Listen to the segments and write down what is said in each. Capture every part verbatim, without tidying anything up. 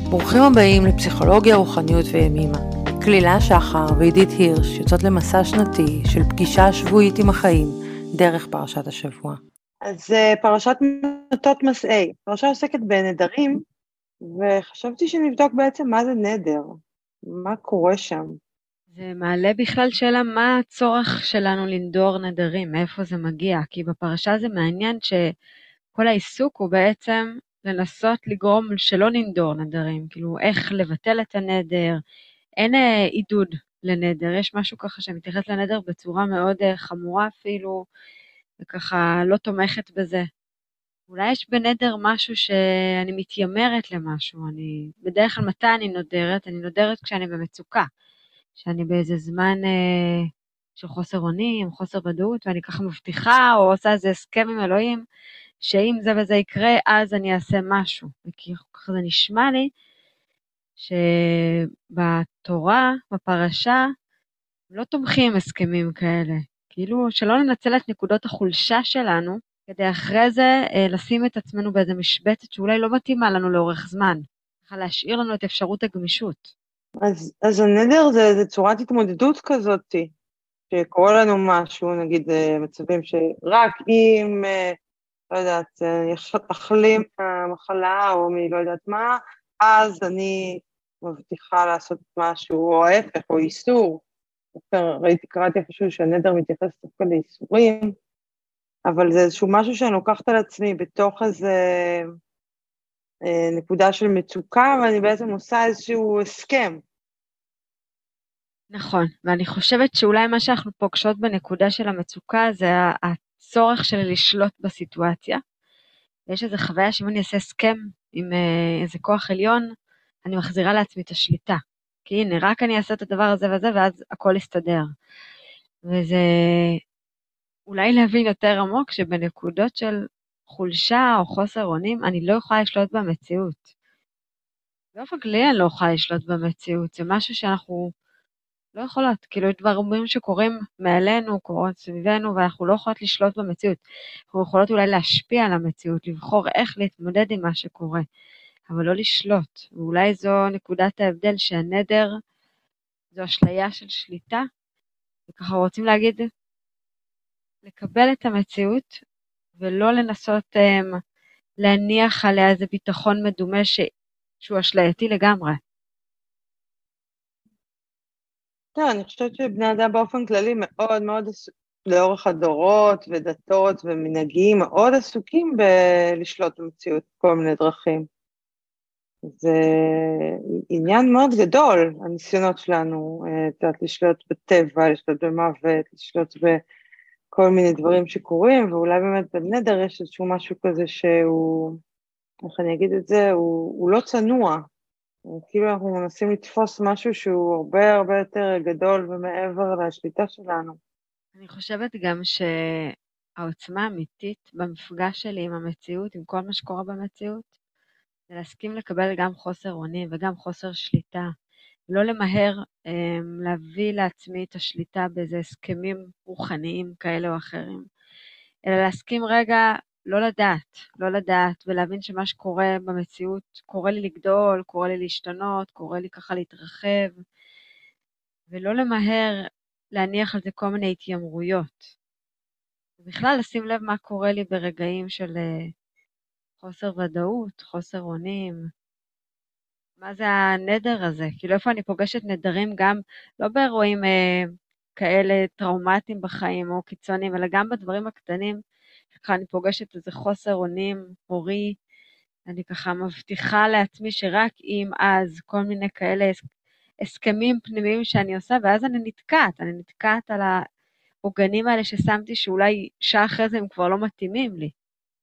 ברוכים הבאים לפסיכולוגיה, רוחניות וימימה. כלילה שחר ועידית הירש יוצאות למסע שנתי של פגישה שבועית עם החיים דרך פרשת השבוע. אז פרשת נוטות מסעי, פרשה עוסקת בנדרים, וחשבתי שנבדוק בעצם מה זה נדר, מה קורה שם. זה מעלה בכלל שאלה מה הצורך שלנו לנדור נדרים, מאיפה זה מגיע, כי בפרשה זה מעניין שכל העיסוק הוא בעצם לנסות לגרום שלא ננדור נדרים, כאילו איך לבטל את הנדר, אין עידוד לנדר, יש משהו ככה שמתייחס לנדר בצורה מאוד חמורה אפילו, וככה לא תומכת בזה. אולי יש בנדר משהו שאני מתיימרת למשהו, אני בדרך כלל מתי אני נודרת, אני נודרת כשאני במצוקה, שאני באיזה זמן אה, של חוסר אונים, חוסר ודאות, ואני ככה מבטיחה או עושה איזה הסכם עם אלוהים, שאם זה וזה יקרה, אז אני אעשה משהו. וכי ככה זה נשמע לי, שבתורה, בפרשה, לא תומכים הסכמים כאלה. כאילו שלא ננצל את נקודות החולשה שלנו, כדי אחרי זה אה, לשים את עצמנו באיזה משבצת שאולי לא מתאימה לנו לאורך זמן. ככה להשאיר לנו את אפשרות הגמישות. אז, אז הנדר זה, זה צורת התמודדות כזאת, שקורה לנו משהו, נגיד מצבים שרק אם, לא יודעת, יחלים המחלה או מי לא יודעת מה, אז אני מבטיחה לעשות משהו, או ההפך, או איסור. ראיתי, קראתי איפשהו שהנדר מתייחס דווקא לאיסורים, אבל זה איזשהו משהו שאני לוקחת על עצמי בתוך איזה נקודה של מצוקה, ואני בעצם עושה איזשהו הסכם. נכון, ואני חושבת שאולי מה שאנחנו פוגשות בנקודה של המצוקה זה הצורך של לשלוט בסיטואציה. יש איזו חוויה שאם אני אעשה הסכם עם איזה כוח עליון, אני מחזירה לעצמי את השליטה. כי הנה, רק אני אעשה את הדבר הזה וזה, ואז הכל יסתדר. וזה אולי להבין יותר עמוק שבנקודות של חולשה או חוסר אונים, אני לא יכולה לשלוט במציאות. באופן כללי אני לא יכולה לשלוט במציאות, זה משהו שאנחנו לא יכולות, כאילו יש דברים שקורים מעלינו, קורות סביבנו, ואנחנו לא יכולות לשלוט במציאות. אנחנו יכולות אולי להשפיע על המציאות, לבחור איך להתמודד עם מה שקורה, אבל לא לשלוט. ואולי זו נקודת ההבדל שהנדר זו אשליה של שליטה, וככה רוצים להגיד, לקבל את המציאות, ולא לנסות um, להניח עליה איזה ביטחון מדומה ש... שהוא אשלייתי לגמרי. כן, אני חושבת שבני אדם באופן כללי מאוד מאוד לאורך הדורות ודתות ומנהגים מאוד עסוקים בלשלוט במציאות כל מיני דרכים. זה עניין מאוד גדול, הניסיונות שלנו, את לשלוט בטבע, לשלוט במוות, לשלוט בכל מיני דברים שקורים, ואולי באמת בנדר יש איזשהו משהו כזה שהוא, איך אני אגיד את זה, הוא, הוא לא צנוע. כאילו אנחנו מנסים לתפוס משהו שהוא הרבה הרבה יותר גדול ומעבר לשליטה שלנו. אני חושבת גם שהעוצמה האמיתית במפגש שלי עם המציאות, עם כל מה שקורה במציאות, זה להסכים לקבל גם חוסר אונים וגם חוסר שליטה. לא למהר um, להביא לעצמי את השליטה באיזה הסכמים רוחניים כאלה או אחרים, אלא להסכים רגע לא לדעת, לא לדעת ולהבין שמה שקורה במציאות קורה לי לגדול, קורה לי להשתנות, קורה לי ככה להתרחב, ולא למהר להניח על זה כל מיני התיימרויות. ובכלל לשים לב מה קורה לי ברגעים של uh, חוסר ודאות, חוסר אונים. מה זה הנדר הזה? כאילו איפה אני פוגשת נדרים גם, לא באירועים אה, כאלה טראומטיים בחיים או קיצוניים, אלא גם בדברים הקטנים, ככה אני פוגשת איזה חוסר אונים, הורי, אני ככה מבטיחה לעצמי שרק אם אז כל מיני כאלה הסכמים פנימיים שאני עושה, ואז אני נתקעת, אני נתקעת על העוגנים האלה ששמתי שאולי שעה אחרי זה הם כבר לא מתאימים לי.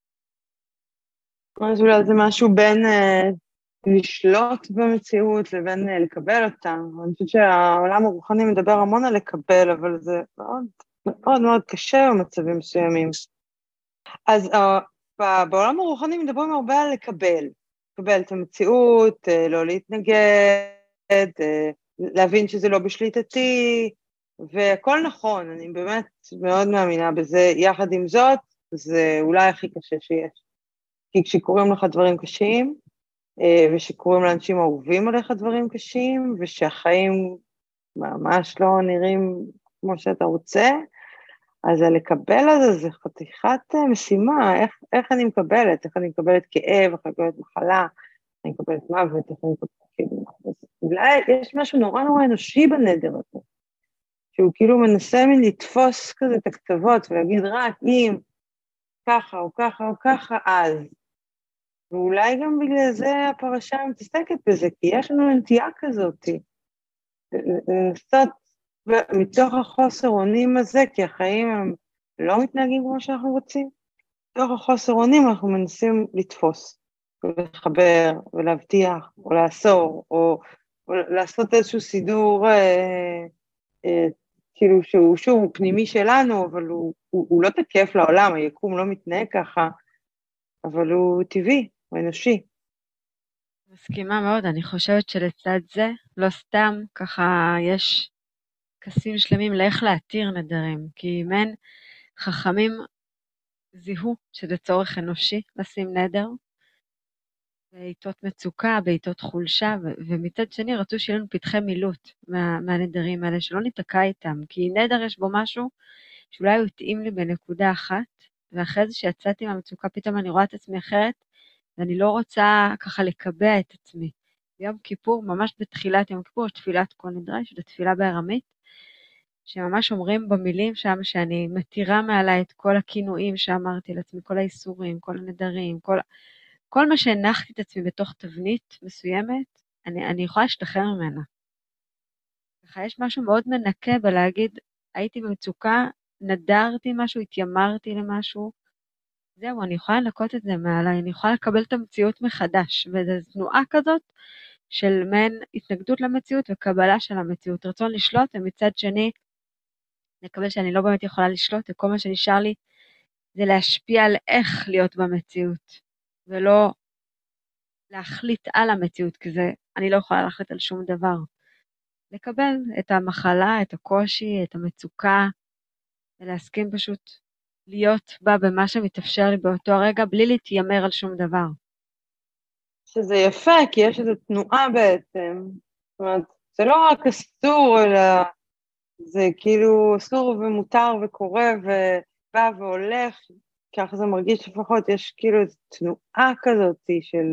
אז אולי זה משהו בין uh, לשלוט במציאות לבין uh, לקבל אותה. אני חושבת שהעולם הרוחני מדבר המון על לקבל, אבל זה מאוד מאוד, מאוד קשה במצבים מסוימים. אז uh, בעולם הרוחני מדברים הרבה על לקבל, לקבל את המציאות, uh, לא להתנגד, uh, להבין שזה לא בשליטתי, והכל נכון, אני באמת מאוד מאמינה בזה. יחד עם זאת, זה אולי הכי קשה שיש. כי כשקוראים לך דברים קשים, אה, ושקורים לאנשים אהובים עליך דברים קשים, ושהחיים ממש לא נראים כמו שאתה רוצה, אז הלקבל הזה זה חתיכת אה, משימה, איך, איך אני מקבלת, איך אני מקבלת כאב, איך אני מקבלת מחלה, אני מקבלת מוות, איך אני מקבלת... כאילו, אולי יש משהו נורא נורא אנושי בנדר הזה, שהוא כאילו מנסה מן לתפוס כזה את הקצוות, ולהגיד רק אם ככה או ככה או ככה, אז. ואולי גם בגלל זה הפרשה מתעסקת בזה, כי יש לנו נטייה כזאת, לנסות מתוך החוסר אונים הזה, כי החיים הם לא מתנהגים כמו שאנחנו רוצים, מתוך החוסר אונים אנחנו מנסים לתפוס, ולחבר, ולהבטיח, או לאסור, או, או לעשות איזשהו סידור, אה, אה, כאילו שהוא שוב פנימי שלנו, אבל הוא, הוא, הוא לא תקף לעולם, היקום לא מתנהג ככה, אבל הוא טבעי, הוא אנושי. מסכימה מאוד, אני חושבת שלצד זה, לא סתם, ככה יש כסים שלמים לאיך להתיר נדרים, כי אם אין חכמים זיהו שזה צורך אנושי לשים נדר, בעיתות מצוקה, בעיתות חולשה, ו- ומצד שני רצו שיהיה לנו פתחי מילוט מה- מהנדרים האלה, שלא ניתקע איתם, כי נדר יש בו משהו שאולי הוא התאים לי בנקודה אחת, ואחרי זה שיצאתי מהמצוקה פתאום אני רואה את עצמי אחרת, ואני לא רוצה ככה לקבע את עצמי. ביום כיפור, ממש בתחילת יום כיפור, יש תפילת כל נדרי, שזו תפילה בארמית, שממש אומרים במילים שם שאני מתירה מעליי את כל הכינויים שאמרתי לעצמי, כל האיסורים, כל הנדרים, כל, כל מה שהנחתי את עצמי בתוך תבנית מסוימת, אני, אני יכולה להשתחרר ממנה. ככה יש משהו מאוד מנקה בלהגיד, הייתי במצוקה, נדרתי משהו, התיימרתי למשהו, זהו, אני יכולה לנקות את זה מעליי, אני יכולה לקבל את המציאות מחדש, וזו תנועה כזאת של מעין התנגדות למציאות וקבלה של המציאות, רצון לשלוט, ומצד שני, לקבל שאני לא באמת יכולה לשלוט, וכל מה שנשאר לי זה להשפיע על איך להיות במציאות, ולא להחליט על המציאות, כי זה, אני לא יכולה להחליט על שום דבר. לקבל את המחלה, את הקושי, את המצוקה, ולהסכים פשוט להיות בה במה שמתאפשר לי באותו הרגע, בלי להתיימר על שום דבר. שזה יפה, כי יש איזו תנועה בעצם, זאת אומרת, זה לא רק אסור, אלא זה כאילו אסור ומותר וקורה ובא והולך, ככה זה מרגיש לפחות, יש כאילו איזו תנועה כזאת של,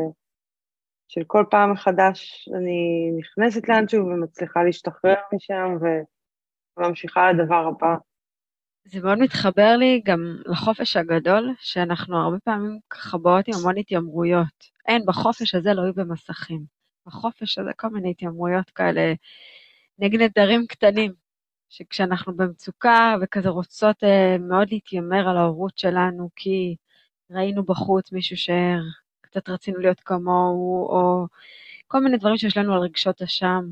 של כל פעם מחדש אני נכנסת לאנשהו ומצליחה להשתחרר משם וממשיכה לדבר הבא. זה מאוד מתחבר לי גם לחופש הגדול, שאנחנו הרבה פעמים ככה באות עם המון התיימרויות. אין, בחופש הזה לא יהיו במסכים. בחופש הזה כל מיני התיימרויות כאלה, נגד נדרים קטנים, שכשאנחנו במצוקה וכזה רוצות אה, מאוד להתיימר על ההורות שלנו, כי ראינו בחוץ מישהו שקצת רצינו להיות כמוהו, או כל מיני דברים שיש לנו על רגשות אשם.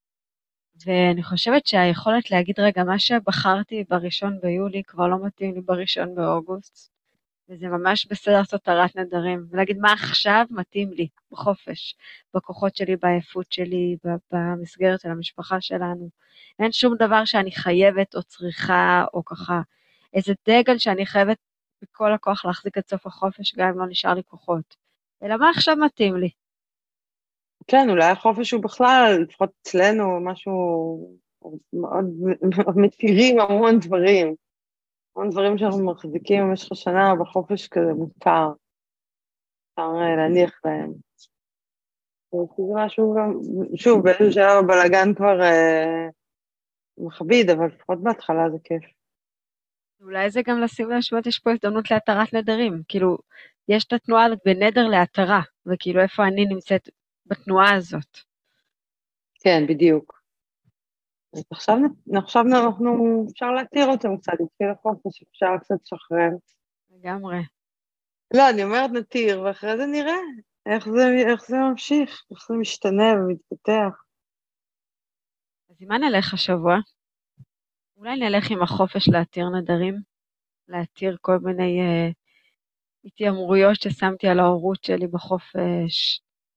ואני חושבת שהיכולת להגיד, רגע, מה שבחרתי בראשון ביולי כבר לא מתאים לי בראשון באוגוסט, וזה ממש בסדר לעשות תרת נדרים, ולהגיד מה עכשיו מתאים לי, בחופש, בכוחות שלי, בעייפות שלי, במסגרת של המשפחה שלנו. אין שום דבר שאני חייבת או צריכה, או ככה, איזה דגל שאני חייבת בכל הכוח להחזיק את סוף החופש, גם אם לא נשאר לי כוחות. אלא מה עכשיו מתאים לי? כן, אולי החופש הוא בכלל, לפחות אצלנו, משהו מאוד, מאוד מתירים המון דברים. המון דברים שאנחנו מחזיקים במשך השנה בחופש כזה מותר. אפשר להניח להם. זה משהו גם, שוב, באיזשהו שלב הבלגן כבר אה, מכביד, אבל לפחות בהתחלה זה כיף. אולי זה גם לשים להשוות, יש פה הזדמנות להתרת נדרים. כאילו, יש את התנועה הזאת בנדר להתרה, וכאילו איפה אני נמצאת בתנועה הזאת. כן, בדיוק. אז עכשיו, עכשיו אנחנו, אפשר להתיר אותם קצת, התחיל החופש, אפשר קצת לשחרר. לגמרי. לא, אני אומרת נתיר, ואחרי זה נראה איך זה, איך זה ממשיך, איך זה משתנה ומתפתח. אז עם מה נלך השבוע? אולי נלך עם החופש להתיר נדרים, להתיר כל מיני uh, התיימרויות ששמתי על ההורות שלי בחופש,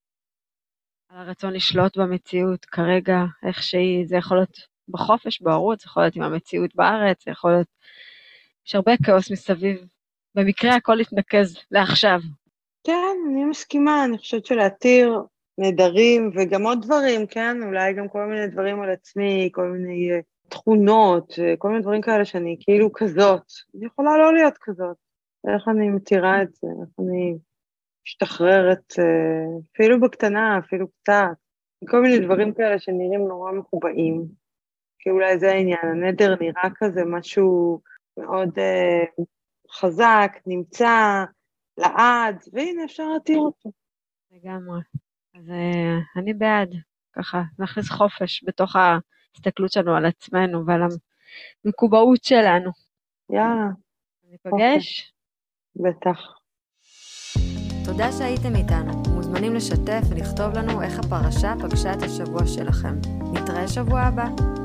על הרצון לשלוט במציאות כרגע, איך שהיא, זה יכול להיות בחופש, בהורות, זה יכול להיות עם המציאות בארץ, זה יכול להיות, יש הרבה כאוס מסביב, במקרה הכל יתנקז לעכשיו. כן, אני מסכימה, אני חושבת שלהתיר נדרים וגם עוד דברים, כן? אולי גם כל מיני דברים על עצמי, כל מיני uh, תכונות, uh, כל מיני דברים כאלה שאני כאילו כזאת. אני יכולה לא להיות כזאת. איך אני מתירה את זה, איך אני משתחררת, uh, אפילו בקטנה, אפילו קצת. כל מיני דברים כאלה שנראים נורא מקובעים. כי אולי זה העניין, הנדר נראה כזה משהו מאוד uh, חזק, נמצא, לעד, והנה אפשר להתיר אותו. לגמרי. אז uh, אני בעד, ככה, נכניס חופש בתוך ההסתכלות שלנו על עצמנו ועל המקובעות שלנו. יאללה. ניפגש? בטח. תודה שהייתם איתנו. מוזמנים לשתף ולכתוב לנו איך הפרשה פגשה את השבוע שלכם. נתראה שבוע הבא.